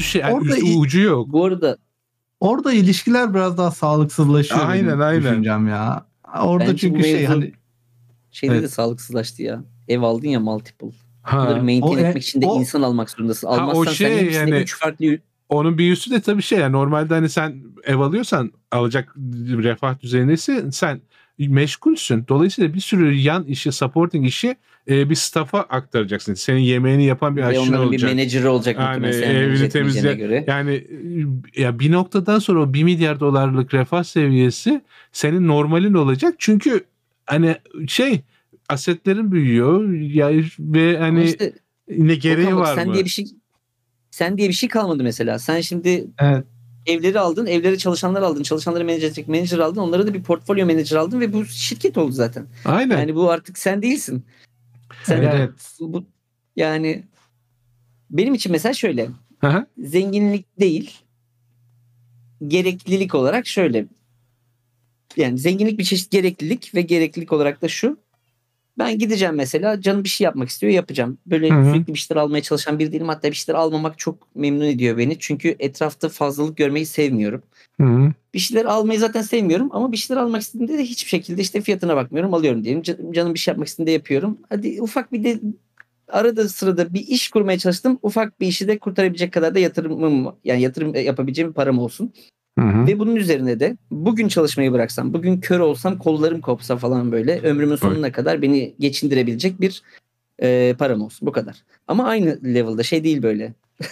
şey yani ucu yok. Bu arada orada ilişkiler biraz daha sağlıksızlaşıyor. Aynen. Düşüncem ya. Orada bence çünkü şeyde evet. de sağlıksızlaştı ya. Ev aldın ya multiple. Ha. Bunları maintain etmek için de insan almak zorundasın. Almazsan sen hepsine 3 farklı... Onun bir üstü de tabii şey yani normalde hani sen ev alıyorsan alacak refah düzeynesi sen meşgulsün. Dolayısıyla bir sürü yan işi, supporting işi bir staff'a aktaracaksın. Senin yemeğini yapan bir aşçın olacak. Bir menajeri olacak yani evini temizleyen. Yani ya bir noktadan sonra o $1 milyar refah seviyesi senin normalin olacak. Çünkü hani asetlerin büyüyor ya ve hani işte, ne gereği var mı? Sen diye bir şey kalmadı mesela. Sen şimdi evleri aldın, evlere çalışanlar aldın, çalışanları menajer aldın, onlara da bir portfolyo menajer aldın ve bu şirket oldu zaten. Aynen. Yani bu artık sen değilsin. Sen yani benim için mesela şöyle. Aha. Zenginlik değil, gereklilik olarak şöyle. Yani zenginlik bir çeşit gereklilik ve gereklilik olarak da şu. Ben gideceğim mesela, canım bir şey yapmak istiyor, yapacağım. Böyle sürekli bir şeyler almaya çalışan biri değilim. Hatta bir şeyler almamak çok memnun ediyor beni. Çünkü etrafta fazlalık görmeyi sevmiyorum. Bir şeyler almayı zaten sevmiyorum ama bir şeyler almak istediğimde de hiçbir şekilde işte fiyatına bakmıyorum, alıyorum diyelim. Canım bir şey yapmak istediğinde yapıyorum. Hadi ufak bir de arada sırada bir iş kurmaya çalıştım. Ufak bir işi de kurtarabilecek kadar da yatırım yapabileceğim bir param olsun. Ve bunun üzerine de bugün çalışmayı bıraksam, bugün kör olsam, kollarım kopsa falan böyle ömrümün sonuna kadar beni geçindirebilecek bir param olsun. Bu kadar. Ama aynı level'da değil böyle.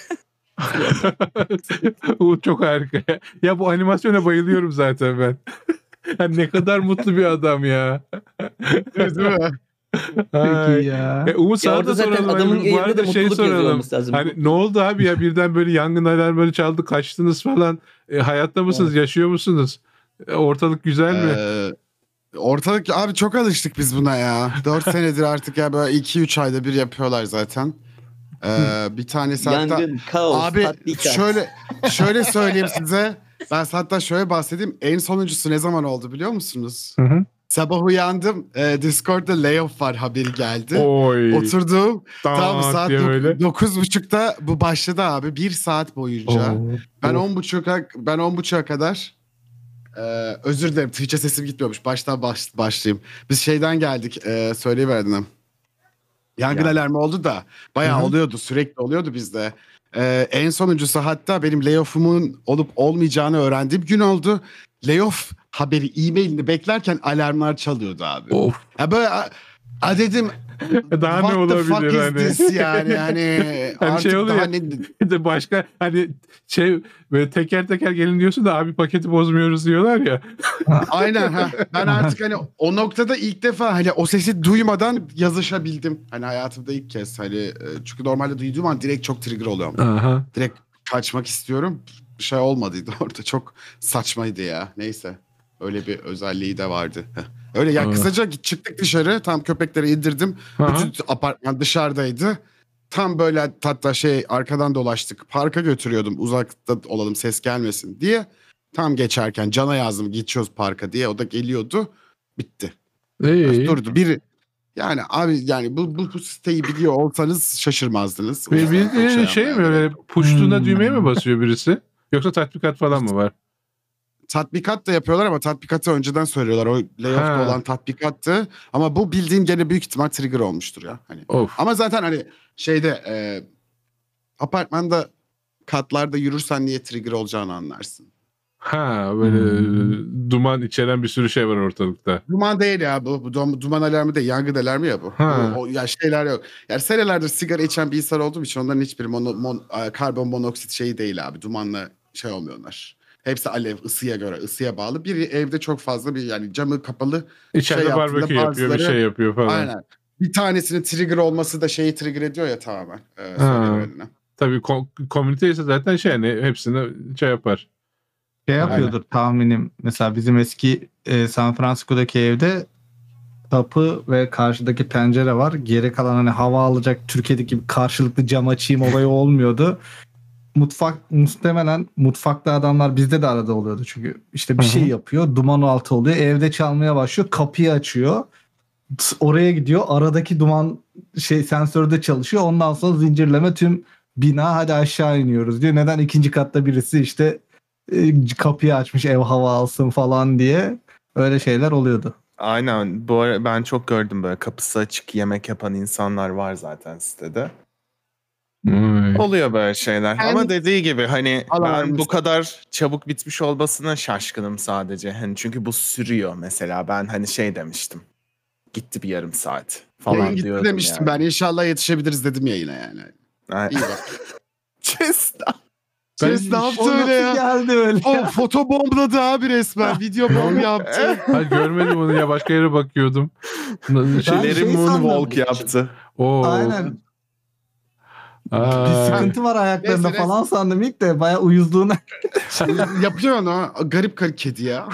Çok harika. Ya bu animasyona bayılıyorum zaten ben. Yani ne kadar mutlu bir adam ya. Değil mi? Peki ya. Umut sana da soralım. Adamın bu arada soralım. Hani ne oldu abi ya, birden böyle yangın alarmları çaldı, kaçtınız falan. Hayatta mısınız? Evet. Yaşıyor musunuz? Ortalık güzel mi? Ortalık abi çok alıştık biz buna ya. 4 senedir artık ya, böyle 2-3 ayda bir yapıyorlar zaten. Bir tanesi hatta yangın, kaos, abi tatbikat. şöyle söyleyeyim size. Ben hatta şöyle bahsedeyim. En sonuncusu ne zaman oldu biliyor musunuz? Sabah uyandım. Discord'da layoff var haberi geldi. Oy. Oturdum. Tam saat 9.30'da bu başladı abi. 1 saat boyunca. Ben 10.30'a kadar özür dilerim, Twitch'e sesim gitmiyormuş. Baştan başlayayım. Biz şeyden geldik. Söyleyiverdim. Yangın alarmı oldu da. Bayağı oluyordu. Sürekli oluyordu bizde. En sonuncusu hatta benim layoff'umun olup olmayacağını öğrendiğim gün oldu. Layoff haberi e-mailini beklerken alarmlar çalıyordu abi. Ya böyle dedim daha ne olabilir hani? Yani hani şey oluyor ya, başka hani böyle teker teker gelin diyorsun da abi paketi bozmuyoruz diyorlar ya. Aynen ben artık hani o noktada ilk defa hani o sesi duymadan yazışabildim. Hani hayatımda ilk kez hani, çünkü normalde duyduğum an direkt çok trigger oluyorum. Direkt kaçmak istiyorum. Bir şey olmadıydı orada, çok saçmaydı ya. Neyse. Öyle bir özelliği de vardı. Öyle ya, kısaca çıktık dışarı. Tam köpekleri indirdim. Bütün apartman dışarıdaydı. Tam böyle hatta arkadan dolaştık. Parka götürüyordum. Uzakta olalım, ses gelmesin diye. Tam geçerken Can'a yazdım, geçiyoruz parka diye. O da geliyordu. Bitti. Durdu. Yani abi yani bu siteyi biliyor olsanız şaşırmazdınız. Bir mi öyle puştuğunda düğmeye mi basıyor birisi? Yoksa tatbikat falan mı var? Tatbikat da yapıyorlar ama tatbikatı önceden söylüyorlar. O layoff'ta olan tatbikattı. Ama bu bildiğin gene büyük ihtimal trigger olmuştur ya. Hani. Ama zaten hani apartmanda katlarda yürürsen niye trigger olacağını anlarsın. Böyle duman içeren bir sürü şey var ortalıkta. Duman değil ya bu. Duman alarmı değil. Yangın alarmı ya bu. Ya şeyler yok. Yani senelerdir sigara içen bir insan olduğum için onların hiçbiri karbon monoksit şeyi değil abi. Dumanla olmuyorlar. Hepsi alev, ısıya bağlı. Biri evde çok fazla bir yani camı kapalı İçeride barbekü yapıyor, bir şey yapıyor falan. Aynen. Bir tanesinin trigger olması da şeyi trigger ediyor ya tamamen. Tabii komünite ise zaten hani hepsini yapar. Yapıyordur tahminim. Mesela bizim eski San Francisco'daki evde kapı ve karşıdaki pencere var. Geri kalan hani hava alacak Türkiye'deki gibi karşılıklı cam açayım olayı olmuyordu. Muhtemelen mutfakta adamlar bizde de arada oluyordu çünkü işte bir şey yapıyor, duman altı oluyor, evde çalmaya başlıyor, kapıyı açıyor, oraya gidiyor, aradaki duman sensörde çalışıyor, ondan sonra zincirleme tüm bina, hadi aşağı iniyoruz diyor. Neden ikinci katta birisi işte kapıyı açmış ev hava alsın falan diye, öyle şeyler oluyordu. Aynen. Bu ara ben çok gördüm böyle kapısı açık yemek yapan insanlar var zaten sitede. Oluyor böyle şeyler. Ama dediği gibi hani ben bu kadar çabuk bitmiş olmasına şaşkınım sadece. Hani çünkü bu sürüyor mesela. Ben hani şey demiştim. Gitti bir yarım saat falan diyordum demiştim yani. Ben inşallah yetişebiliriz dedim yayına yani. Aynen. İyi bak. Chestnut. Chess ne yaptı öyle ya? Geldi öyle. Foto bombladı abi resmen. Video bomb yaptı. Hayır, görmedim onu ya, başka yere bakıyordum. Larry Moonwalk yaptı. Aynen. Bir sıkıntı var ayaklarında falan sandım ilk de, bayağı uyuzluğuna. Yapıyor onu. Garip kedi ya.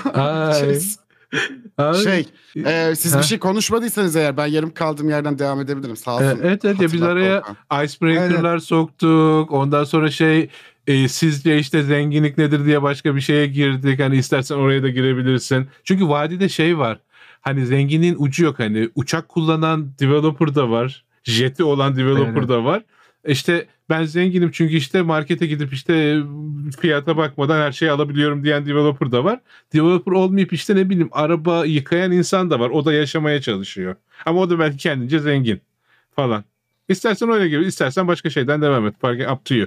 Siz bir şey konuşmadıysanız eğer ben yarım kaldığım yerden devam edebilirim. Sağ olsun. Evet ya, biz araya icebreaker'lar soktuk. Ondan sonra sizce işte zenginlik nedir diye başka bir şeye girdik. Hani istersen oraya da girebilirsin. Çünkü vadide var. Hani zenginliğin ucu yok. Hani uçak kullanan developer da var. Jeti olan developer da var. İşte ben zenginim çünkü işte markete gidip işte fiyata bakmadan her şeyi alabiliyorum diyen developer da var. Developer olmayıp işte ne bileyim araba yıkayan insan da var. O da yaşamaya çalışıyor. Ama o da belki kendince zengin falan. İstersen öyle gibi, istersen başka şeyden devam et. Fark up to you.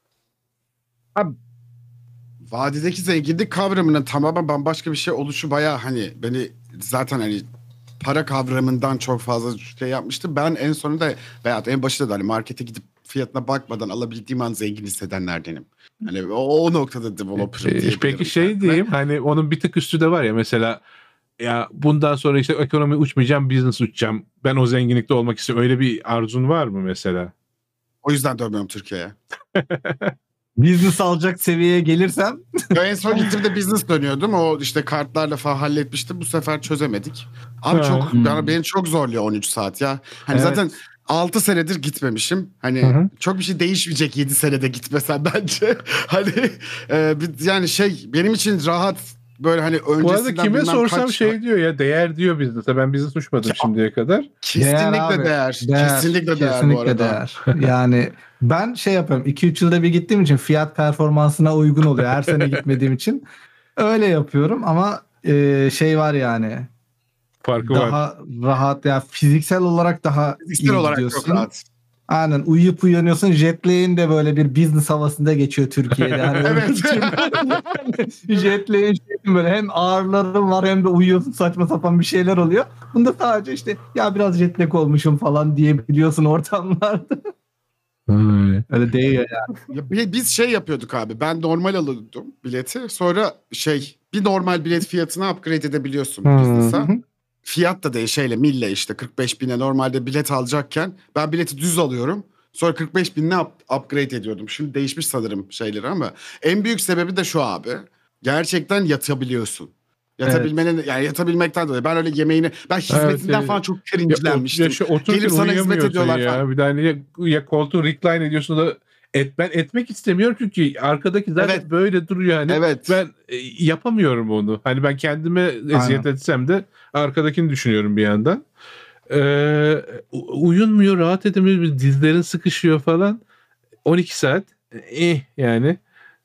Abi, vadideki zenginlik kavramının tamamen bambaşka bir şey oluşu bayağı hani beni zaten hani para kavramından çok fazla şey yapmıştı. Ben en sonunda veyahut en başında da hani markete gidip fiyatına bakmadan alabildiğim an zengin hissedenlerdenim. Hani o noktada developer diyebilirim. Peki diyeyim, hani onun bir tık üstü de var ya, mesela ya bundan sonra işte ekonomi uçmayacağım, business uçacağım. Ben o zenginlikte olmak istiyorum. Öyle bir arzun var mı mesela? O yüzden dönmüyorum Türkiye'ye. Business alacak seviyeye gelirsem. En son gittiğimde business dönüyordum. O işte kartlarla falan halletmiştim. Bu sefer çözemedik. Abi beni çok zorluyor 13 saat ya. Hani zaten 6 senedir gitmemişim. Hani çok bir şey değişmeyecek 7 senede gitmesem bence. Hani yani benim için rahat böyle hani öncesinden. Bu arada kime sorsam diyor ya, değer diyor business'a. Ben business uçmadım şimdiye kadar. Kesinlikle değer. Kesinlikle değer bu arada. Değer. Yani ben yapıyorum. 2-3 yılda bir gittiğim için fiyat performansına uygun oluyor. Her sene gitmediğim için. Öyle yapıyorum ama var yani. Farkı daha rahat ya, fiziksel olarak daha fiziksel iyi olarak gidiyorsun. çok rahat. Aynen, uyuyup uyanıyorsun. Jetlag'in de böyle bir business havasında geçiyor Türkiye'de. Hani evet. Jetlag'in böyle hem ağrıların var hem de uyuyorsun, saçma sapan bir şeyler oluyor. Bunda sadece işte ya biraz jetlag olmuşum falan diyebiliyorsun ortamlarda. Öyle değil yani. Ya biz yapıyorduk abi. Ben normal alıyordum bileti. Sonra bir normal bilet fiyatına upgrade edebiliyorsun business'a. Fiyat da değil mille işte 45 bine normalde bilet alacakken ben bileti düz alıyorum. Sonra 45 binine upgrade ediyordum. Şimdi değişmiş sanırım şeyleri ama en büyük sebebi de şu abi. Gerçekten yatabiliyorsun. Yani yatabilmekten dolayı. Ben öyle yemeğini, ben hizmetinden falan çok cringe'lenmiştim. Gelip sana hizmet ediyorlar ya. Falan. Bir de ya koltuğu recline ediyorsun da ben etmek istemiyorum çünkü arkadaki zaten böyle duruyor hani. Evet. Ben yapamıyorum onu. Hani ben kendime eziyet etsem de arkadakini düşünüyorum bir yandan. Uyunmuyor, rahat edemiyor, dizlerin sıkışıyor falan. 12 saat. Yani.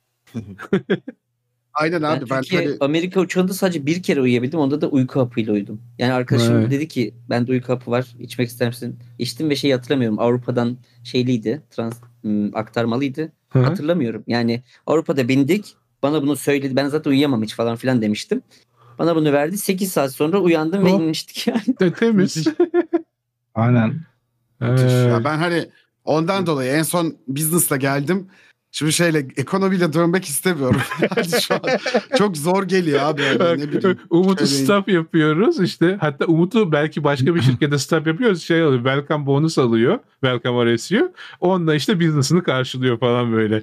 Aynen abi. Ben Amerika uçağında sadece bir kere uyuyabildim. Onda da uyku hapıyla uyudum. Yani arkadaşım dedi ki bende uyku hapı var. İçmek ister misin? İçtim ve hatırlamıyorum. Avrupa'dan aktarmalıydı. Hatırlamıyorum. Yani Avrupa'da bindik. Bana bunu söyledi. Ben zaten uyuyamam hiç falan filan demiştim. Bana bunu verdi. 8 saat sonra uyandım ve inmiştik yani. Temiz. Aynen. Ya ben hani ondan dolayı en son business'la geldim. Şimdi ekonomiyle dönmek istemiyorum. Yani şu an çok zor geliyor abi. Yani, ne bileyim. Umut'u staff yapıyoruz işte. Hatta Umut'u belki başka bir şirkette staff yapıyoruz. Alıyor. Welcome bonus alıyor. Welcome RSU. Onunla işte business'ını karşılıyor falan böyle.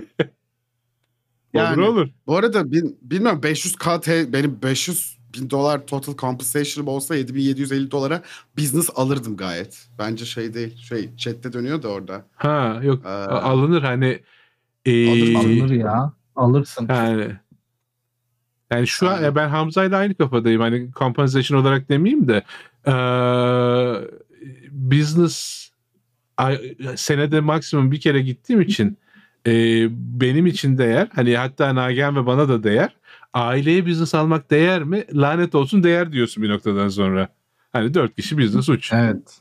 Yani, olur. Bu arada bilmiyorum 500k benim 500.000 dolar total compensation'ım olsa $7.750 business alırdım gayet. Bence değil. Chat'te dönüyor da orada. Ha yok alınır hani. Alınır ya. Alırsın. Yani şu an ben Hamza'yla aynı kafadayım. Hani compensation olarak demeyeyim de business senede maksimum bir kere gittiğim için benim için değer. Hani hatta Nagihan ve bana da değer. Aileye business almak değer mi? Lanet olsun değer diyorsun bir noktadan sonra. Hani 4 kişi business uç. Evet.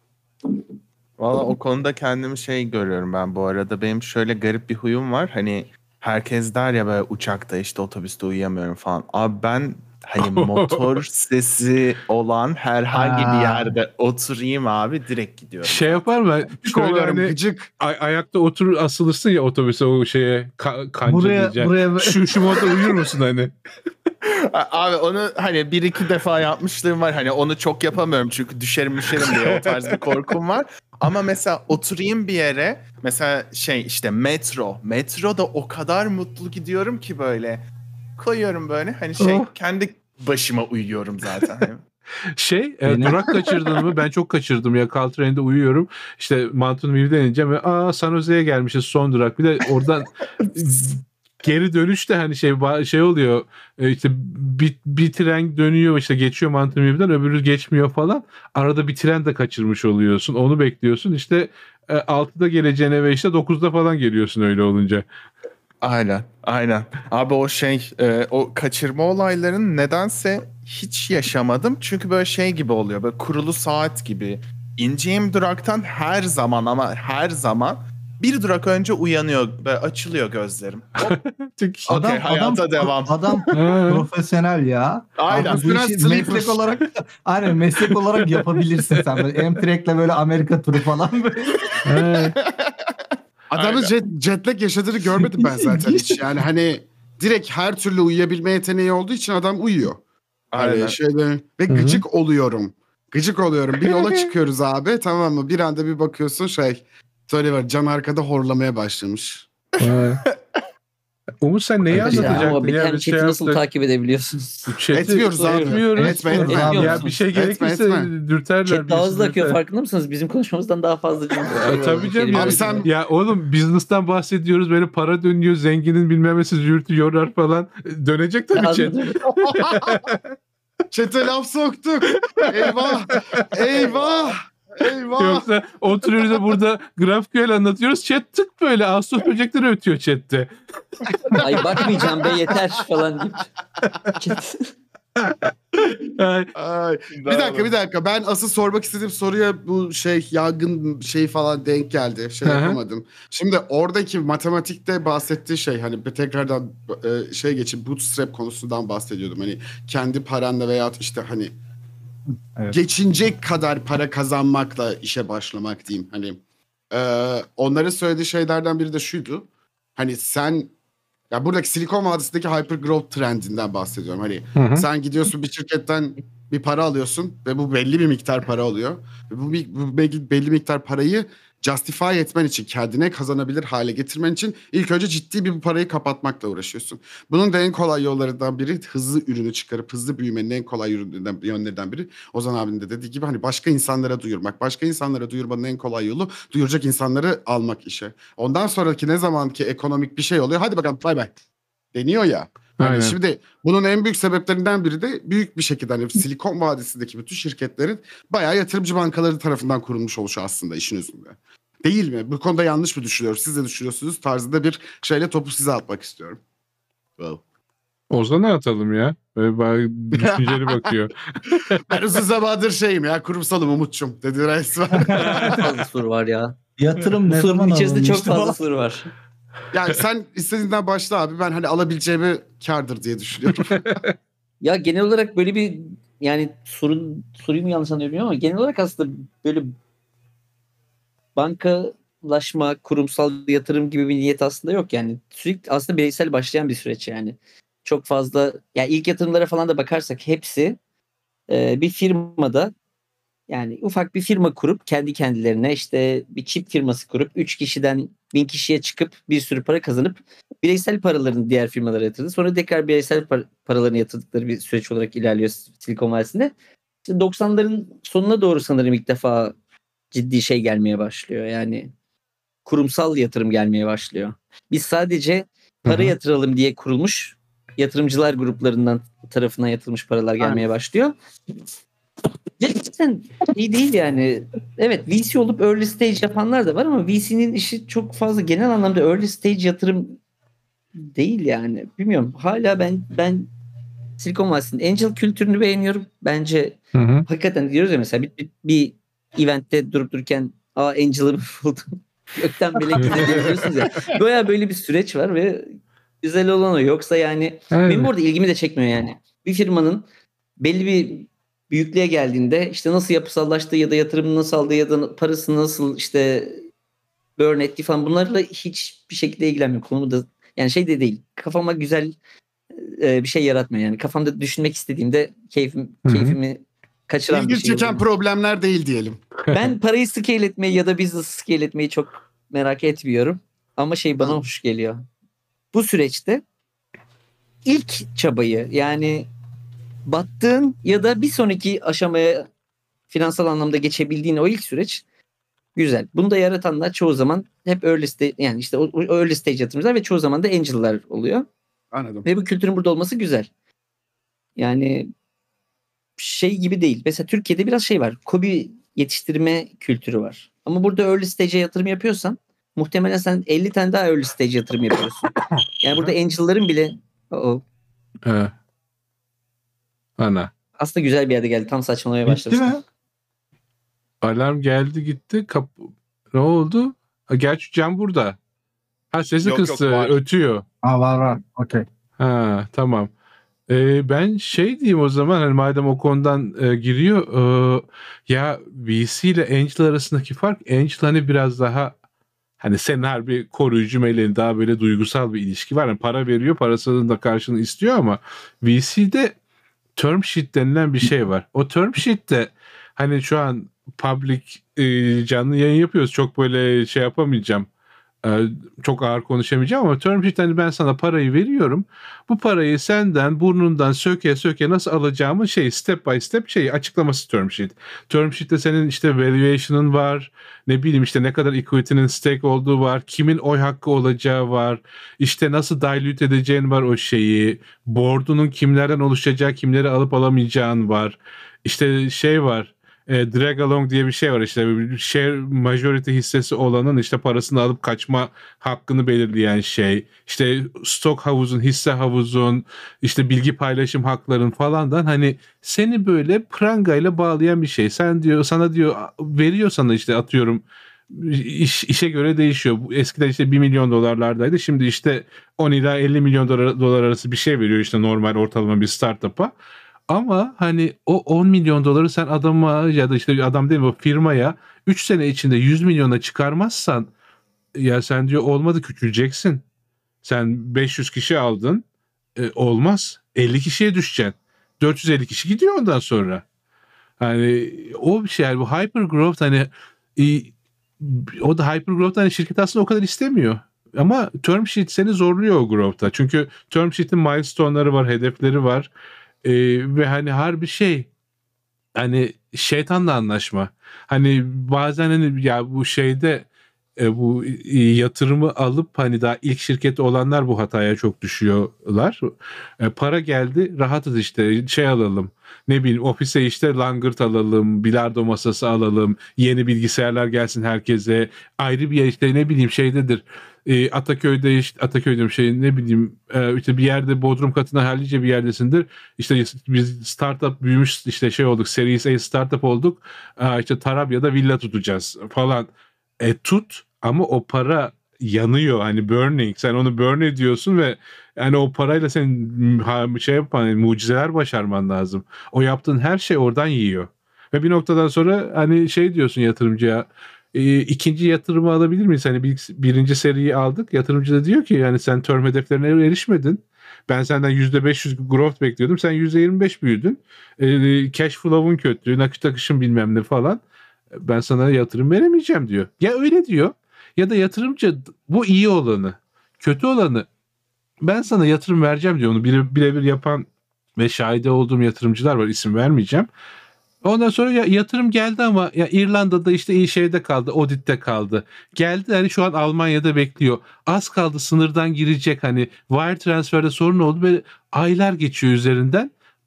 Valla o konuda kendimi görüyorum ben bu arada. Benim şöyle garip bir huyum var. Hani herkes der ya böyle uçakta işte otobüste uyuyamıyorum falan. Abi ben hani motor sesi olan herhangi bir yerde oturayım abi direkt gidiyorum. Şey yapar mı? Şöyle hani gıcık. Ayakta oturur asılırsın ya otobüse o şeye kanca diyeceğim. Şu modda uyur musun hani? Abi onu hani 1-2 defa yapmışlığım var. Hani onu çok yapamıyorum çünkü düşerim diye o tarz bir korkum var. Ama mesela oturayım bir yere mesela işte metroda o kadar mutlu gidiyorum ki böyle koyuyorum böyle hani kendi başıma uyuyorum zaten. Durak kaçırdın mı? Ben çok kaçırdım ya. Caltrain'de uyuyorum. İşte Mountain View'den ineceğim ve San Jose'ye gelmişiz son durak. Bir de oradan geri dönüşte hani şey oluyor. İşte bir tren dönüyor işte geçiyor Mountain View'den öbürü geçmiyor falan. Arada bir tren de kaçırmış oluyorsun. Onu bekliyorsun. İşte 6'da geleceğine ve işte 9'da falan geliyorsun öyle olunca. Aynen. Abi o kaçırma olaylarını nedense hiç yaşamadım. Çünkü böyle gibi oluyor. Böyle kurulu saat gibi. İneceğim duraktan her zaman bir durak önce uyanıyor. Böyle açılıyor gözlerim. Hayata devam. Adam profesyonel ya. Aynen. Meslek olarak meslek olarak yapabilirsin sen. Böyle Amtrak'le böyle Amerika turu falan böyle. Adamın jetlag yaşadığını görmedim ben zaten hiç. Yani hani direkt her türlü uyuyabilme yeteneği olduğu için adam uyuyor. Aynen. Ve gıcık oluyorum. Bir yola çıkıyoruz abi, tamam mı? Bir anda bir bakıyorsun var, can arkada horlamaya başlamış. Umut sen neyi anlatacaktın? Ama bir chat'i nasıl takip edebiliyorsunuz? Etmiyoruz abi. Etmiyoruz. Ya bir şey gerekirse dürterler. Chat daha hızlı akıyor, farkında mısınız? Bizim konuşmamızdan daha fazla tabii canım. Abi sen... Ya oğlum business'tan bahsediyoruz. Böyle para dönüyor. Zenginin bilmemesi zürtüyorlar falan. Dönecek tabii chat. Chat'e laf soktuk. Eyvah. Yoksa oturuyoruz da burada GraphQL anlatıyoruz. Chat tık böyle Ağustos böcekleri ötüyor chatte. Ay bakmayacağım be yeter falan gibi. Bir dakika. Ben asıl sormak istediğim soruya bu yangın falan denk geldi. Yapamadım. Şimdi oradaki matematikte bahsettiği hani tekrardan geçip bootstrap konusundan bahsediyordum. Hani kendi paranla veya işte hani geçinecek kadar para kazanmakla işe başlamak diyeyim. Hani onların söylediği şeylerden biri de şuydu. Hani sen buradaki Silikon Vadisi'ndeki hypergrowth trendinden bahsediyorum. Hani sen gidiyorsun bir şirketten bir para alıyorsun ve bu belli bir miktar para oluyor. Ve bu belli miktar parayı justify etmen için, kendine kazanabilir hale getirmen için ilk önce ciddi bir parayı kapatmakla uğraşıyorsun. Bunun da en kolay yollarından biri hızlı ürünü çıkarıp hızlı büyümenin en kolay yönlerinden biri. Ozan abinin de dediği gibi hani başka insanlara duyurmak. Başka insanlara duyurmanın en kolay yolu duyuracak insanları almak işe. Ondan sonraki ne zaman ki ekonomik bir şey oluyor, hadi bakalım bay bay deniyor ya. Yani şimdi bunun en büyük sebeplerinden biri de büyük bir şekilde hani Silikon Vadisi'ndeki bütün şirketlerin bayağı yatırımcı bankaları tarafından kurulmuş oluşu aslında işin özünde. Değil mi? Bu konuda yanlış mı düşünüyoruz? Siz de düşünüyorsunuz tarzında bir topu size atmak istiyorum. Wow. Ozan'a atalım ya. Böyle düşünceli bakıyor. Ben uzun zamandır kurumsalım Umut'cum dedi resmen. Çok fazla soru var ya. Yatırım ne zaman içerisinde çok fazla soru var. Yani sen istediğinden başla abi. Ben hani alabileceğimi kârdır diye düşünüyorum. Ya genel olarak böyle bir soruyu mu yanlış anlıyorum ama genel olarak aslında böyle bankalaşma, kurumsal yatırım gibi bir niyet aslında yok yani. Sürekli aslında bireysel başlayan bir süreç yani. Çok fazla ilk yatırımlara falan da bakarsak hepsi bir firmada yani ufak bir firma kurup kendi kendilerine işte bir çip firması kurup 3 kişiden 1000 kişiye çıkıp bir sürü para kazanıp bireysel paralarını diğer firmalara yatırdı. Sonra tekrar bireysel paralarını yatırdıkları bir süreç olarak ilerliyor Silikon Vadisi'nde. İşte 90'ların sonuna doğru sanırım ilk defa ciddi gelmeye başlıyor. Yani kurumsal yatırım gelmeye başlıyor. Biz sadece para yatıralım diye kurulmuş yatırımcılar gruplarından tarafından yatırılmış paralar gelmeye başlıyor. Gerçekten iyi değil yani. Evet, VC olup early stage yapanlar da var ama VC'nin işi çok fazla genel anlamda early stage yatırım değil yani. Bilmiyorum. Hala ben Silikon Vadisi'nin Angel kültürünü beğeniyorum. Bence hakikaten diyoruz ya mesela bir eventte durup dururken Angel'ı buldum. Gökten melek gidebiliyorsunuz ya. Böyle bir süreç var ve güzel olan o. Yoksa yani benim orada ilgimi de çekmiyor yani. Bir firmanın belli bir büyüklüğe geldiğinde işte nasıl yapısallaştığı ya da yatırımını nasıl aldığı ya da parası nasıl işte burn ettiği falan bunlarla hiçbir şekilde ilgilenmiyor. Konu da yani şey de değil. Kafama güzel bir şey yaratmıyor yani. Kafamda düşünmek istediğimde keyfimi kaçıran İlgi bir şey. çeken problemler değil diyelim. Ben parayı scale etmeyi ya da business scale etmeyi çok merak etmiyorum. Ama bana hoş geliyor. Bu süreçte ilk çabayı yani battığın ya da bir sonraki aşamaya finansal anlamda geçebildiğin o ilk süreç güzel. Bunu da yaratanlar çoğu zaman hep early stage yani işte o early stage yatırımcılar ve çoğu zaman da angel'lar oluyor. Anladım. Ve bu kültürün burada olması güzel. Yani gibi değil. Mesela Türkiye'de biraz var. KOBİ yetiştirme kültürü var. Ama burada early stage'e yatırım yapıyorsan muhtemelen sen 50 tane daha early stage yatırım yapıyorsun. Yani burada angel'ların bile Ana. Aslında güzel bir yerde geldi. Tam saçmalamaya başlamıştım. Bitti mi? Alarm geldi gitti. Ne oldu? Gerçi Can burada. Sesi kıstı. Ötüyor. Var. Okey. Tamam. Ben diyeyim o zaman hani madem o konudan giriyor ya VC ile Angel arasındaki fark Angel hani biraz daha hani senin harbi koruyucu meleğin daha böyle duygusal bir ilişki var. Yani para veriyor parasının da karşılığını istiyor ama VC'de term sheet denilen bir şey var. O term sheet'te hani şu an public canlı yayın yapıyoruz. Çok böyle yapamayacağım. Çok ağır konuşamayacağım ama term sheet hani ben sana parayı veriyorum. Bu parayı senden burnundan söke nasıl alacağımı step by step açıklaması term sheet. Term sheet'te senin işte valuation'ın var. Ne bileyim işte ne kadar equity'nin stake olduğu var. Kimin oy hakkı olacağı var. İşte nasıl dilute edeceğin var o şeyi. Board'unun kimlerden oluşacağı, kimleri alıp alamayacağın var. İşte var. Drag along diye bir şey var işte share majority hissesi olanın işte parasını alıp kaçma hakkını belirleyen şey. İşte stok havuzun, hisse havuzun, işte bilgi paylaşım hakların falandan hani seni böyle prangayla bağlayan bir şey. Sana veriyor sana işte atıyorum işe göre değişiyor. Eskiden işte 1 milyon dolarlardaydı. Şimdi işte 10 ila 50 milyon dolar arası bir şey veriyor işte normal ortalama bir startup'a. Ama hani o 10 milyon doları sen adama ya da işte adam değil mi o firmaya 3 sene içinde 100 milyona çıkarmazsan ya sen olmadı küçüleceksin. Sen 500 kişi aldın olmaz 50 kişiye düşeceksin. 450 kişi gidiyor ondan sonra. Hani o bir şey bu hypergrowth hani o da hypergrowth hani şirket aslında o kadar istemiyor. Ama term sheet seni zorluyor o growth'ta. Çünkü term sheet'in milestone'ları var, hedefleri var. Ve hani harbi hani şeytanla anlaşma. Hani bazen hani ya bu bu yatırımı alıp hani daha ilk şirketi olanlar bu hataya çok düşüyorlar. Para geldi rahatız işte alalım. Ne bileyim ofise işte langırt alalım, bilardo masası alalım, yeni bilgisayarlar gelsin herkese. Ayrı bir yer işte ne bileyim şeydedir. Ataköy'de Ataköy'de ne bileyim işte bir yerde bodrum katına hallice bir yerdesindir. İşte biz startup büyümüş işte olduk Series A startup olduk. İşte Tarabya'da villa tutacağız falan. Tut ama o para yanıyor hani burning. Sen onu burn ediyorsun ve yani o parayla sen yapan mucizeler başarman lazım. O yaptığın her şey oradan yiyor. Ve bir noktadan sonra hani diyorsun yatırımcıya ikinci yatırımı alabilir miyiz? Hani birinci seriyi aldık. Yatırımcı da diyor ki yani sen term hedeflerine erişmedin. Ben senden %500 growth bekliyordum. Sen %25 büyüdün. Cash flow'un kötü, nakit akışın bilmem ne falan. Ben sana yatırım veremeyeceğim diyor. Ya öyle diyor ya da yatırımcı bu iyi olanı, kötü olanı ben sana yatırım vereceğim diyor. Onu birebir yapan ve şahide olduğum yatırımcılar var. İsim vermeyeceğim. Ondan sonra yatırım geldi ama ya İrlanda'da işte iyi şeyde kaldı, Audit'te kaldı. Geldi hani şu an Almanya'da bekliyor. Az kaldı sınırdan girecek hani wire transferde sorun oldu. Böyle aylar geçiyor üzerinden.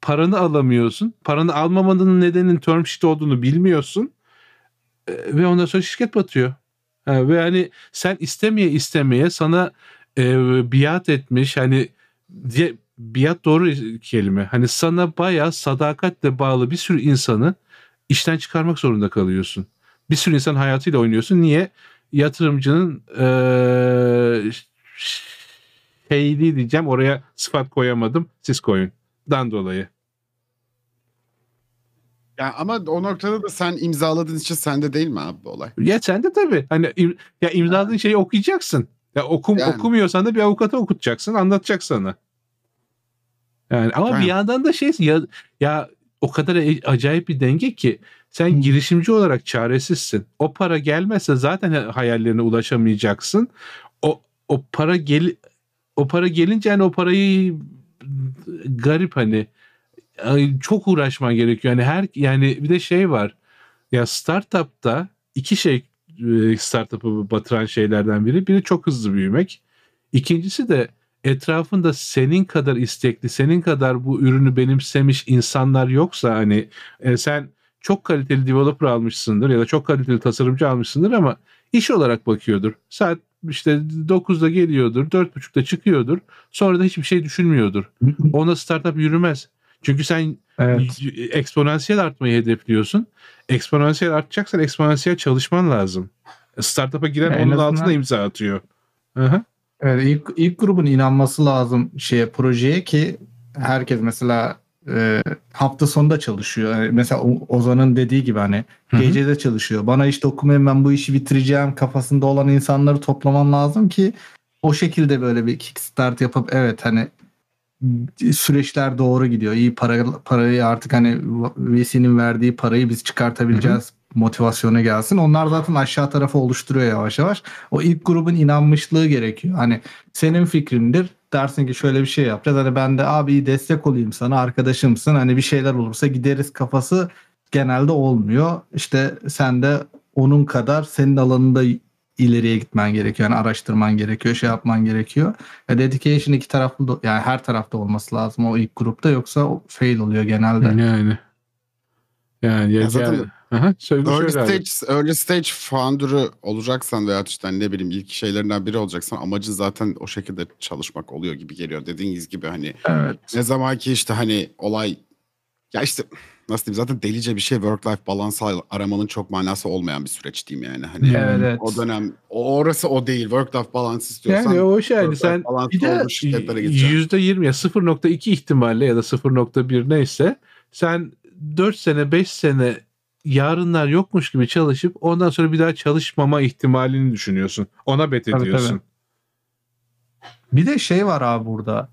paranı alamıyorsun. Paranı almamanın nedeninin term sheet olduğunu bilmiyorsun. Ve ondan sonra şirket batıyor. Ve hani sen istemeye sana biat etmiş, hani biat doğru kelime. Hani sana bayağı sadakatle bağlı bir sürü insanı işten çıkarmak zorunda kalıyorsun. Bir sürü insan hayatıyla oynuyorsun. Niye? Yatırımcının şeyli diyeceğim, oraya sıfat koyamadım. Siz koyun. Dan dolayı. Ya ama o noktada da sen imzaladığın için sende değil mi abi bu olay? Ya sende tabii. Hani ya imzaladığın şeyi okuyacaksın. Ya okumuyorsan da bir avukata okutacaksın, anlatacak sana. Yani ama bir yandan da ya o kadar acayip bir denge ki sen girişimci olarak çaresizsin. O para gelmezse zaten hayallerine ulaşamayacaksın. O para gelince yani o parayı garip hani çok uğraşman gerekiyor. Yani bir de şey var. Ya startup'ta iki şey startup'ı batıran şeylerden biri. Biri çok hızlı büyümek. İkincisi de etrafında senin kadar istekli, senin kadar bu ürünü benimsemiş insanlar yoksa hani sen çok kaliteli developer almışsındır ya da çok kaliteli tasarımcı almışsındır ama iş olarak bakıyordur. Saat işte 9'da geliyordur, 4.30'da çıkıyordur. Sonra da hiçbir şey düşünmüyordur. Ona startup yürümez. Çünkü sen eksponansiyel artmayı hedefliyorsun. Eksponansiyel artacaksan eksponansiyel çalışman lazım. Startup'a giren onun altına imza atıyor. Hı-hı. Evet, ilk grubun inanması lazım projeye ki herkes mesela hafta sonunda çalışıyor. Yani mesela Ozan'ın dediği gibi hani gecede çalışıyor. Bana işte okumayın, ben bu işi bitireceğim kafasında olan insanları toplaman lazım ki o şekilde böyle bir kickstart yapıp evet hani süreçler doğru gidiyor. İyi parayı artık hani VC'nin verdiği parayı biz çıkartabileceğiz motivasyona gelsin. Onlar zaten aşağı tarafı oluşturuyor yavaş yavaş. O ilk grubun inanmışlığı gerekiyor. Hani senin fikrindir. Dersin ki şöyle bir şey yapacağız. Hani ben de abi destek olayım sana, arkadaşımsın. Hani bir şeyler olursa gideriz kafası genelde olmuyor. İşte sen de onun kadar senin alanında ileriye gitmen gerekiyor. Yani araştırman gerekiyor, şey yapman gerekiyor. Dedication iki taraflı yani her tarafta olması lazım o ilk grupta, yoksa o fail oluyor genelde. Yani zaten early stage founder'ı olacaksan veya işte ne bileyim ilk şeylerinden biri olacaksan amacın zaten o şekilde çalışmak oluyor gibi geliyor. Dediğiniz gibi hani ne zaman ki işte hani olay ya işte nasıl diyeyim zaten delice bir şey work life balance aramanın çok manası olmayan bir süreç diyeyim yani. Hani o dönem orası o değil. Work life balance istiyorsan yani o şey sen bir de %20 ya 0.2 ihtimalle ya da 0.1 neyse sen 4 sene 5 sene yarınlar yokmuş gibi çalışıp ondan sonra bir daha çalışmama ihtimalini düşünüyorsun. Ona bet ediyorsun. Tabii. Bir de şey var abi burada.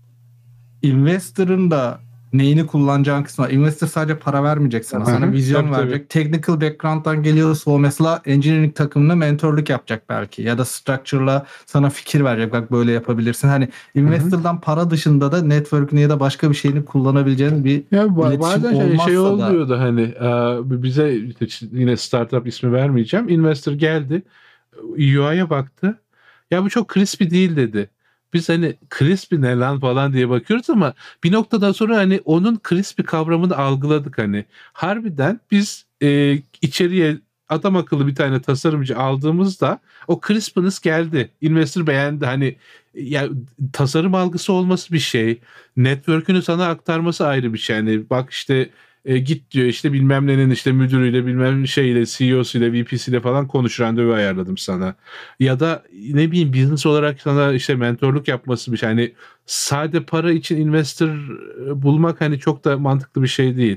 Investor'ın da neyini kullanacağın kısmı var. Investor sadece para vermeyecek sana. Sana vizyon verecek. Technical background'dan geliyorsa o mesela engineering takımına mentorluk yapacak belki. Ya da structure'la sana fikir verecek. Bak böyle yapabilirsin. Hani investor'dan para dışında da network'ünü ya da başka bir şeyini kullanabileceğin bir iletişim olmazsa şey oluyor da hani bize yine startup ismi vermeyeceğim. Investor geldi. UI'ye baktı. Ya bu çok crispy değil dedi. Biz hani crispy ne lan falan diye bakıyoruz ama bir noktadan sonra hani onun crispy kavramını algıladık hani. Harbiden biz içeriye adam akıllı bir tane tasarımcı aldığımızda o crispness geldi. Investor beğendi. Hani ya tasarım algısı olması bir şey. Network'ünü sana aktarması ayrı bir şey. Hani bak işte git diyor işte bilmem nenin işte müdürüyle bilmem şeyle CEO'suyla VP'siyle falan konuş, randevu ayarladım sana. Ya da ne bileyim business olarak sana işte mentorluk yapması bir şey. Hani sade para için investor bulmak hani çok da mantıklı bir şey değil.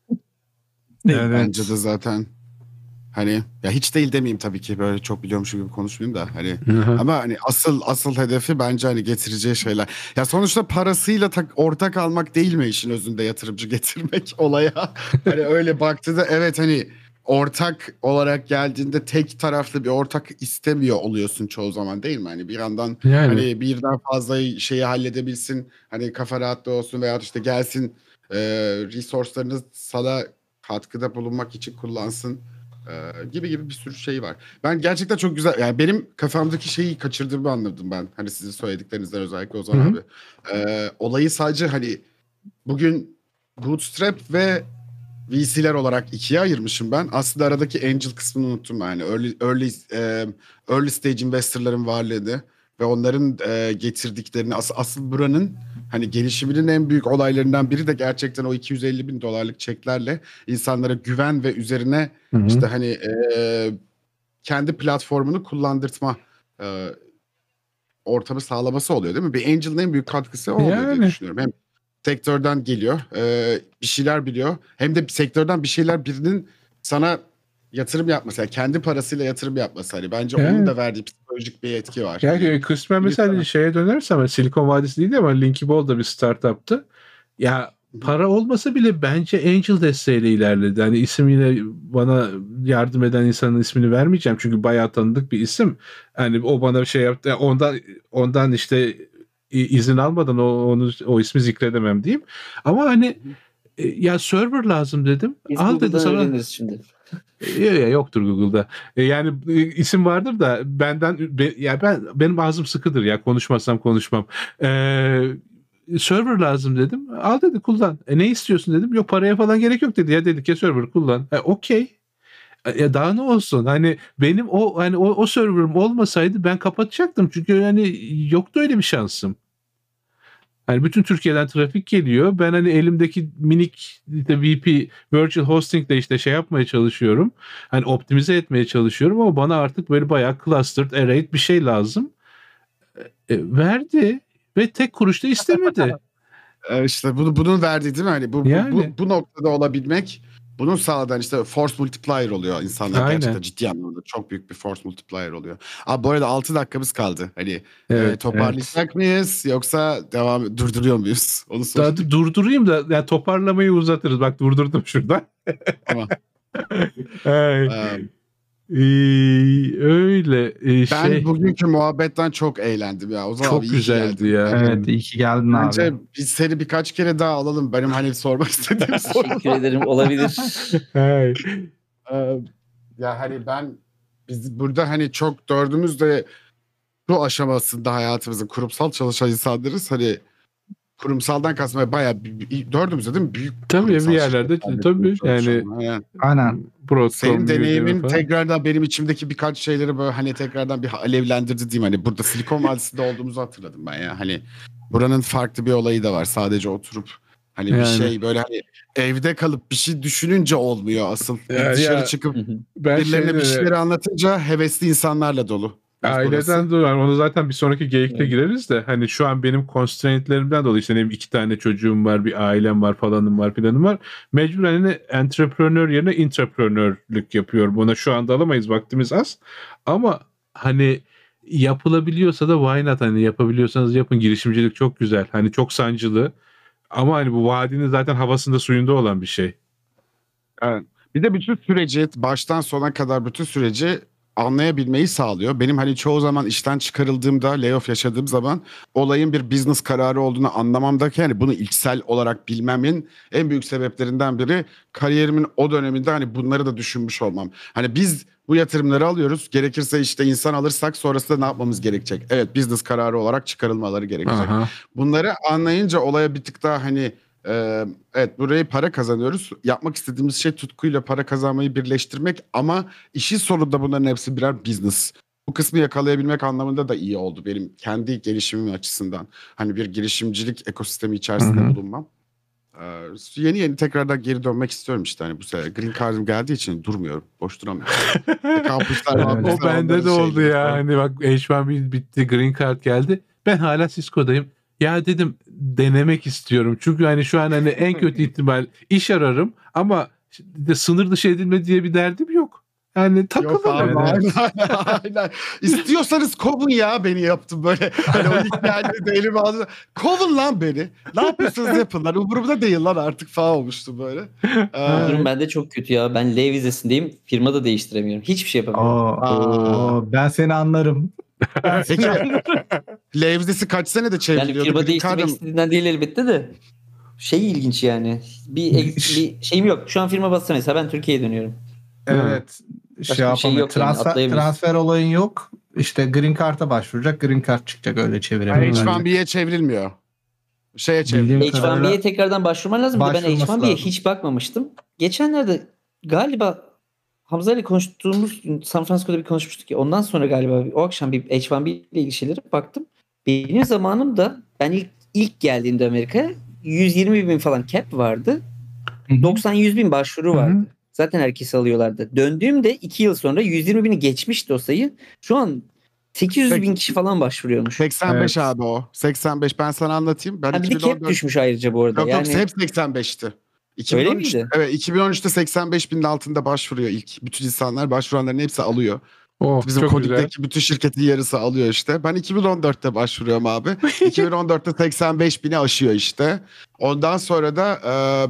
Evet. Bence de zaten hani ya hiç değil demeyeyim tabii ki böyle çok biliyormuş gibi konuşmayayım da hani ama hani asıl hedefi bence hani getireceği şeyler. Ya sonuçta parasıyla ortak almak değil mi işin özünde yatırımcı getirmek olaya? Hani öyle baktığında evet hani ortak olarak geldiğinde tek taraflı bir ortak istemiyor oluyorsun çoğu zaman değil mi? Hani bir yandan hani birden fazla şeyi halledebilsin. Hani kafa rahatlığı olsun veya işte gelsin resource'larını sana katkıda bulunmak için kullansın. Gibi bir sürü şey var. Ben gerçekten çok güzel yani benim kafamdaki şeyi kaçırdığımı anladım ben. Hani sizin söylediklerinizden özellikle Ozan abi. Olayı sadece hani bugün Bootstrap ve VC'ler olarak ikiye ayırmışım ben. Aslında aradaki angel kısmını unuttum yani. Early stage investorların varlığını ve onların getirdiklerini asıl buranın hani gelişiminin en büyük olaylarından biri de gerçekten o $250,000 çeklerle insanlara güven ve üzerine işte hani kendi platformunu kullandırtma ortamı sağlaması oluyor değil mi? Bir angel'ın en büyük katkısı o oluyor diye düşünüyorum. Hem sektörden geliyor, bir şeyler biliyor. Hem de sektörden bir şeyler birinin sana yatırım yapması, yani kendi parasıyla yatırım yapması. Hani bence onun da verdiği psikolojik bir etki var. Yani kısmen mesela şeye dönersem Silikon Vadisi değil ama Linkable da bir startup'tı. Ya para olmasa bile bence angel desteğiyle ilerledi. Hani isim yine bana yardım eden insanın ismini vermeyeceğim. Çünkü bayağı tanıdık bir isim. Hani o bana bir şey yaptı. Ondan işte izin almadan o ismi zikredemem diyeyim. Ama hani ya server lazım dedim. Biz al dedi sana. Öğreniriz şimdi. Yoktur Google'da. Yani isim vardır da benim ağzım sıkıdır ya, konuşmazsam konuşmam. Server lazım dedim. Al dedi, kullan. Ne istiyorsun dedim. Yok, paraya falan gerek yok dedi. Ya dedik ya server kullan. Okey. Daha ne olsun? Hani benim o server'ım olmasaydı ben kapatacaktım. Çünkü hani yoktu öyle bir şansım. Hani bütün Türkiye'den trafik geliyor. Ben hani elimdeki minik VP Virtual Hosting'de işte şey yapmaya çalışıyorum. Hani optimize etmeye çalışıyorum ama bana artık böyle bayağı clustered, arrayed bir şey lazım. Verdi ve tek kuruş da istemedi. İşte bunun verdiği değil mi? Hani bu noktada olabilmek, bunun sağladan işte force multiplier oluyor insanlar. Gerçekten ciddi anlamda çok büyük bir force multiplier oluyor. Abi bu arada 6 dakikamız kaldı. Hani toparlayacak mıyız yoksa durduruyor muyuz? Onu sorayım. Durdurayım da yani toparlamayı uzatırız. Bak durdurdum şurada. Tamam. Öyle ben bugünkü muhabbetten çok eğlendim ya. O zaman çok güzeldi ya. Evet, iyi ki geldin abi. Bence biz seni birkaç kere daha alalım. Benim hani sormak istediğim soru. Teşekkür ederim, olabilir. Ya hani biz burada hani çok dördümüz de şu aşamasında hayatımızın kurumsal çalışan insanlarız. Hani kurumsaldan kastım bayağı dördümüz de değil mi? Büyük tabii bir yerlerde tabii yani. Aynen. Senin deneyimin tekrardan benim içimdeki birkaç şeyleri böyle hani tekrardan bir alevlendirdi diyeyim. Hani burada Silikon Vadisi'nde olduğumuzu hatırladım ben ya. Hani buranın farklı bir olayı da var. Sadece oturup hani bir şey böyle hani evde kalıp bir şey düşününce olmuyor asıl. Dışarı çıkıp birilerine bir şeyleri anlatınca hevesli insanlarla dolu. Aileden dolayı onu zaten bir sonraki geyikte gireriz de hani şu an benim constraintlerimden dolayı işte benim 2 tane çocuğum var, bir ailem var, falanım var, filanım var. Mecburen hani entrepreneur yerine intraprenörlük yapıyorum. Buna şu anda alamayız, vaktimiz az. Ama hani yapılabiliyorsa da why not, hani yapabiliyorsanız yapın. Girişimcilik çok güzel. Hani çok sancılı. Ama hani bu vadinin zaten havasında suyunda olan bir şey. Evet. Bir de bütün süreci baştan sona kadar bütün süreci anlayabilmeyi sağlıyor. Benim hani çoğu zaman işten çıkarıldığımda, layoff yaşadığım zaman olayın bir business kararı olduğunu anlamamdaki yani bunu içsel olarak bilmemin en büyük sebeplerinden biri kariyerimin o döneminde hani bunları da düşünmüş olmam. Hani biz bu yatırımları alıyoruz. Gerekirse işte insan alırsak sonrasında ne yapmamız gerekecek? Evet, business kararı olarak çıkarılmaları gerekecek. Aha. Bunları anlayınca olaya bir tık daha hani evet, burayı para kazanıyoruz. Yapmak istediğimiz şey tutkuyla para kazanmayı birleştirmek ama işin sonunda bunların hepsi birer business. Bu kısmı yakalayabilmek anlamında da iyi oldu benim kendi gelişimim açısından. Hani bir girişimcilik ekosistemi içerisinde bulunmam. Yeni tekrardan geri dönmek istiyorum işte hani bu sene. Green Card'ım geldiği için durmuyorum. Boş duramıyorum. O bende de oldu ya. Hani bak H1B bitti, Green Card geldi. Ben hala Cisco'dayım. Ya dedim denemek istiyorum. Çünkü hani şu an hani en kötü ihtimal iş ararım ama de sınır dışı edilme diye bir derdim yok. Yani takılırım. Aynen. İstiyorsanız kovun ya, beni yaptım böyle. Hani o ilk geldiğinde elime aldım. Kovun lan beni. Ne yapıyorsunuz yapın lan. Umurumda değil lan artık falan olmuştu böyle. Durum bende çok kötü ya. Ben L vizesindeyim. Firma da değiştiremiyorum. Hiçbir şey yapamıyorum. Ben seni anlarım. Peki L vizesi kaç sene de çevriliyordu? Yani firma değiştirmek istediğinden değil elbette de. Şey ilginç yani. Bir şeyim yok. Şu an firma bassa mesela ben Türkiye'ye dönüyorum. Evet. Transfer olayın yok. İşte Green Card'a başvuracak. Green Card çıkacak, öyle çevirebilir. H1B'ye çevrilmiyor. şeye çevrildi. H1B'ye tekrardan başvurman lazım. Ben H1B'ye lazım. hiç bakmamıştım. Geçenlerde galiba Hamza ile konuştuğumuz San Francisco'da bir konuşmuştuk ya. Ondan sonra galiba o akşam bir H1B ile ilgili şeylere baktım. Benim zamanımda ben ilk geldiğimde Amerika'ya 120 bin falan cap vardı. 90-100 bin başvuru vardı. Zaten herkesi alıyorlardı. Döndüğümde 2 yıl sonra 120 bini geçmişti o sayı. Şu an 800 bin kişi falan başvuruyormuş. 85 abi o. 85 ben sana anlatayım. Ben bir de cap düşmüş ayrıca bu arada. Yok hep 85'ti. 2013, öyle miydi? Evet 2013'te 85 binin altında başvuruyor ilk. Bütün insanlar başvuranların hepsi alıyor. Bizim Coding'deki bütün şirketin yarısı alıyor işte. Ben 2014'te başvuruyorum abi. 2014'te 85 bini aşıyor işte. Ondan sonra da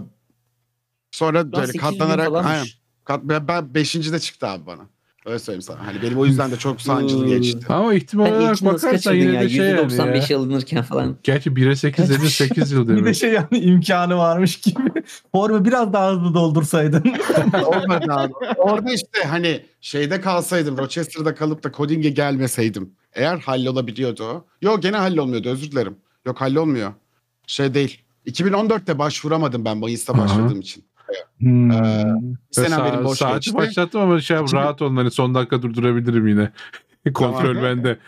böyle katlanarak ben 5. de çıktı abi bana. Öyle söyleyeyim sana. Hani benim o yüzden de çok sancılı geçti. Ama ihtimal olarak bakarsan yine de şey %95'i alınırken falan. Gerçi 1'e 8 dedi 8 yıl demek. Bir de şey yani imkanı varmış gibi. Formu biraz daha hızlı doldursaydın. Olmadı abi. Orada işte hani şeyde kalsaydım, Rochester'da kalıp da coding'e gelmeseydim. Eğer hallolabiliyordu o. Yok gene hallolmuyordu, özür dilerim. Yok hallolmuyor. Şey değil. 2014'te başvuramadım ben Mayıs'ta başladığım için. Benim boş saati geçti. Başlattım ama rahat olun, hani son dakika durdurabilirim yine. Kontrol bende.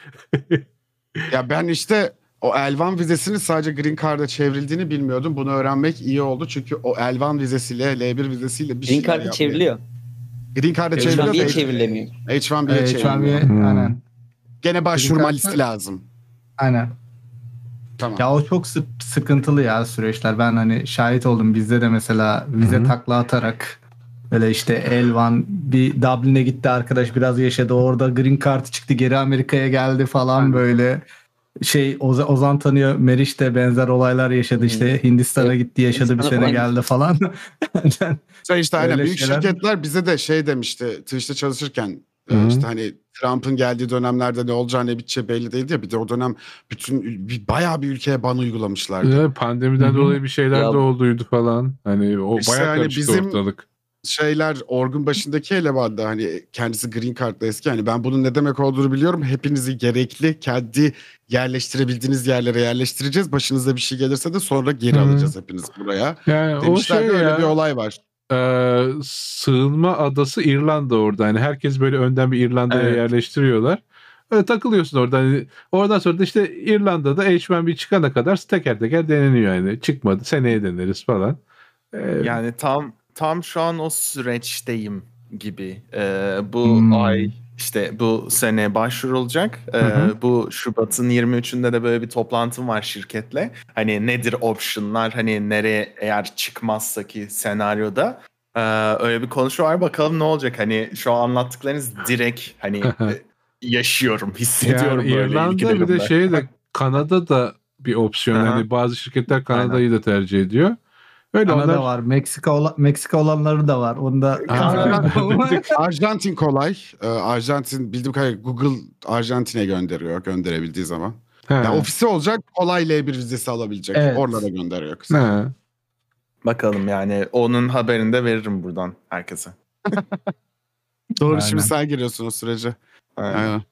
Ya ben işte o L1 vizesinin sadece Green Card'a çevrildiğini bilmiyordum. Bunu öğrenmek iyi oldu. Çünkü o L1 vizesiyle, L1 vizesiyle bir Green Card'a çevriliyor. Green Card'a çevriliyor. H1B'ye çevrilemiyor. H1B'ye çevriliyor. Aynen. Gene başvurma listi lazım. Aynen. Tamam. Ya o çok sıkıntılı ya süreçler. Ben hani şahit oldum. Bizde de mesela vize takla atarak böyle işte L1 bir Dublin'e gitti arkadaş, biraz yaşadı. Orada Green Card çıktı, geri Amerika'ya geldi falan böyle. Ozan tanıyor. Meriç de benzer olaylar yaşadı. İşte Hindistan'a gitti, yaşadı, bir sene geldi falan. Sen işte aynen büyük şirketler bize de şey demişti Twitch'te çalışırken. İşte hani Trump'ın geldiği dönemlerde ne olacağı ne biteceği belli değildi ya. Bir de o dönem bayağı bir ülkeye ban uygulamışlardı. Evet, pandemiden dolayı bir şeyler de olduydu falan. Hani o işte bayağı hani karıştı ortalık. Orgun başındaki eleman da hani kendisi Green Card'da eski. Hani ben bunun ne demek olduğunu biliyorum. Hepinizi gerekli kendi yerleştirebildiğiniz yerlere yerleştireceğiz. Başınıza bir şey gelirse de sonra geri alacağız hepinizi buraya. Yani demişler, o öyle bir olay var. Sığınma adası İrlanda orada. Yani herkes böyle önden bir İrlanda'ya yerleştiriyorlar. Öyle takılıyorsun orada. Yani oradan sonra da işte İrlanda'da H1B çıkana kadar teker teker deneniyor yani. Çıkmadı, seneye deneriz falan. Yani tam şu an o süreçteyim gibi. Bu ay işte bu sene başvurulacak. Bu Şubat'ın 23'ünde de böyle bir toplantım var şirketle. Hani nedir optionlar, hani nereye eğer çıkmazsa ki senaryoda öyle bir konuşma var. Bakalım ne olacak. Hani şu an anlattıklarınız direkt hani yaşıyorum, hissediyorum yani böyle İrlanda bir de Kanada da bir opsiyon. Yani bazı şirketler Kanada'yı da tercih ediyor. Öyle Kanada var. Meksika olanları da var. Onda Arjantin kolay. Arjantin bildiğim kadarıyla Google Arjantin'e gönderebildiği zaman. Yani ofisi olacak, kolay L1 vizesi alabilecek. Evet. Oralara gönderiyor kısa. Bakalım yani onun haberini de veririm buradan herkese. Doğru, aynen. Şimdi sen giriyorsun o sürece. Aynen.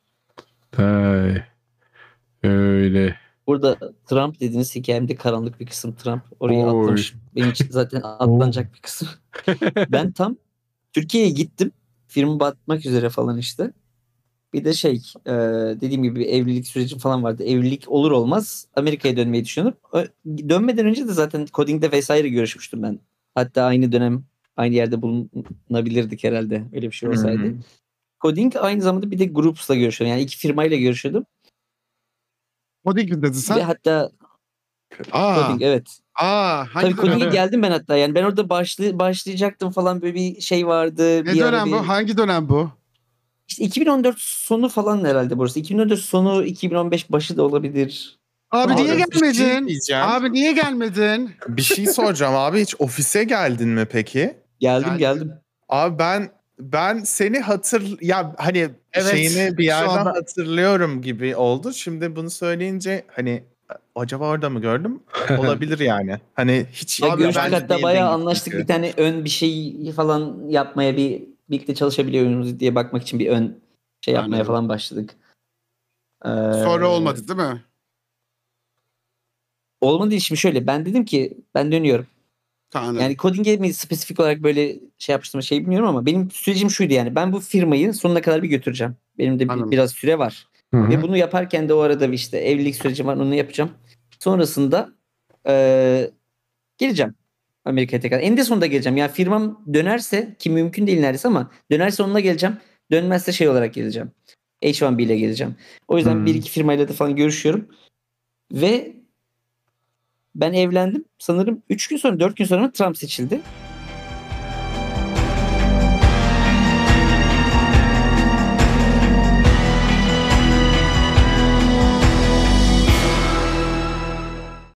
Öyle. Burada Trump dediğiniz hikayemde karanlık bir kısım Trump. Orayı atlamış. Benim için zaten atlanacak bir kısım. Ben tam Türkiye'ye gittim. Firma batmak üzere falan işte. Bir de dediğim gibi bir evlilik süreci falan vardı. Evlilik olur olmaz Amerika'ya dönmeyi düşünüyorum. Dönmeden önce de zaten coding'de vesaire görüşmüştüm ben. Hatta aynı dönem aynı yerde bulunabilirdik herhalde. Öyle bir şey olsaydı. Coding aynı zamanda bir de Groups'la görüşüyorum. Yani 2 firmayla görüşüyordum. Coding mi dedin sen? Ve hatta Coding, evet. Tabii Coding'e geldim ben hatta. Yani ben orada başlayacaktım falan, böyle bir şey vardı. Ne dönem bu? Hangi dönem bu? İşte 2014 sonu falan herhalde burası. 2014 sonu 2015 başı da olabilir. Abi niye gelmedin? Abi niye gelmedin? Bir şey soracağım abi, hiç ofise geldin mi peki? Geldim. Abi ben seni hani şeyini bir yerden hatırlıyorum gibi oldu. Şimdi bunu söyleyince hani acaba orada mı gördüm? Olabilir yani. Hani hiç görüştük hatta bayağı anlaştık. Bir tane ön bir şey falan yapmaya, birlikte çalışabiliyor muyuz diye bakmak için bir ön yapmaya falan başladık. Sonra olmadı değil mi? olmadı değil. Şimdi şöyle ben dedim ki ben dönüyorum. Tamam. Yani coding'e mi spesifik olarak böyle şey yapmıştım bilmiyorum ama benim sürecim şuydu yani. Ben bu firmayı sonuna kadar bir götüreceğim. Benim de biraz süre var. Hı-hı. Ve bunu yaparken de o arada işte evlilik süreci var, onu yapacağım. Sonrasında geleceğim Amerika'ya tekrar. En de sonunda geleceğim. Yani firmam dönerse, ki mümkün değil neredeyse ama dönerse onunla geleceğim. Dönmezse şey olarak geleceğim. H1B ile geleceğim. O yüzden bir iki firmayla da falan görüşüyorum. Ve ben evlendim. Sanırım 3 gün sonra 4 gün sonra Trump seçildi.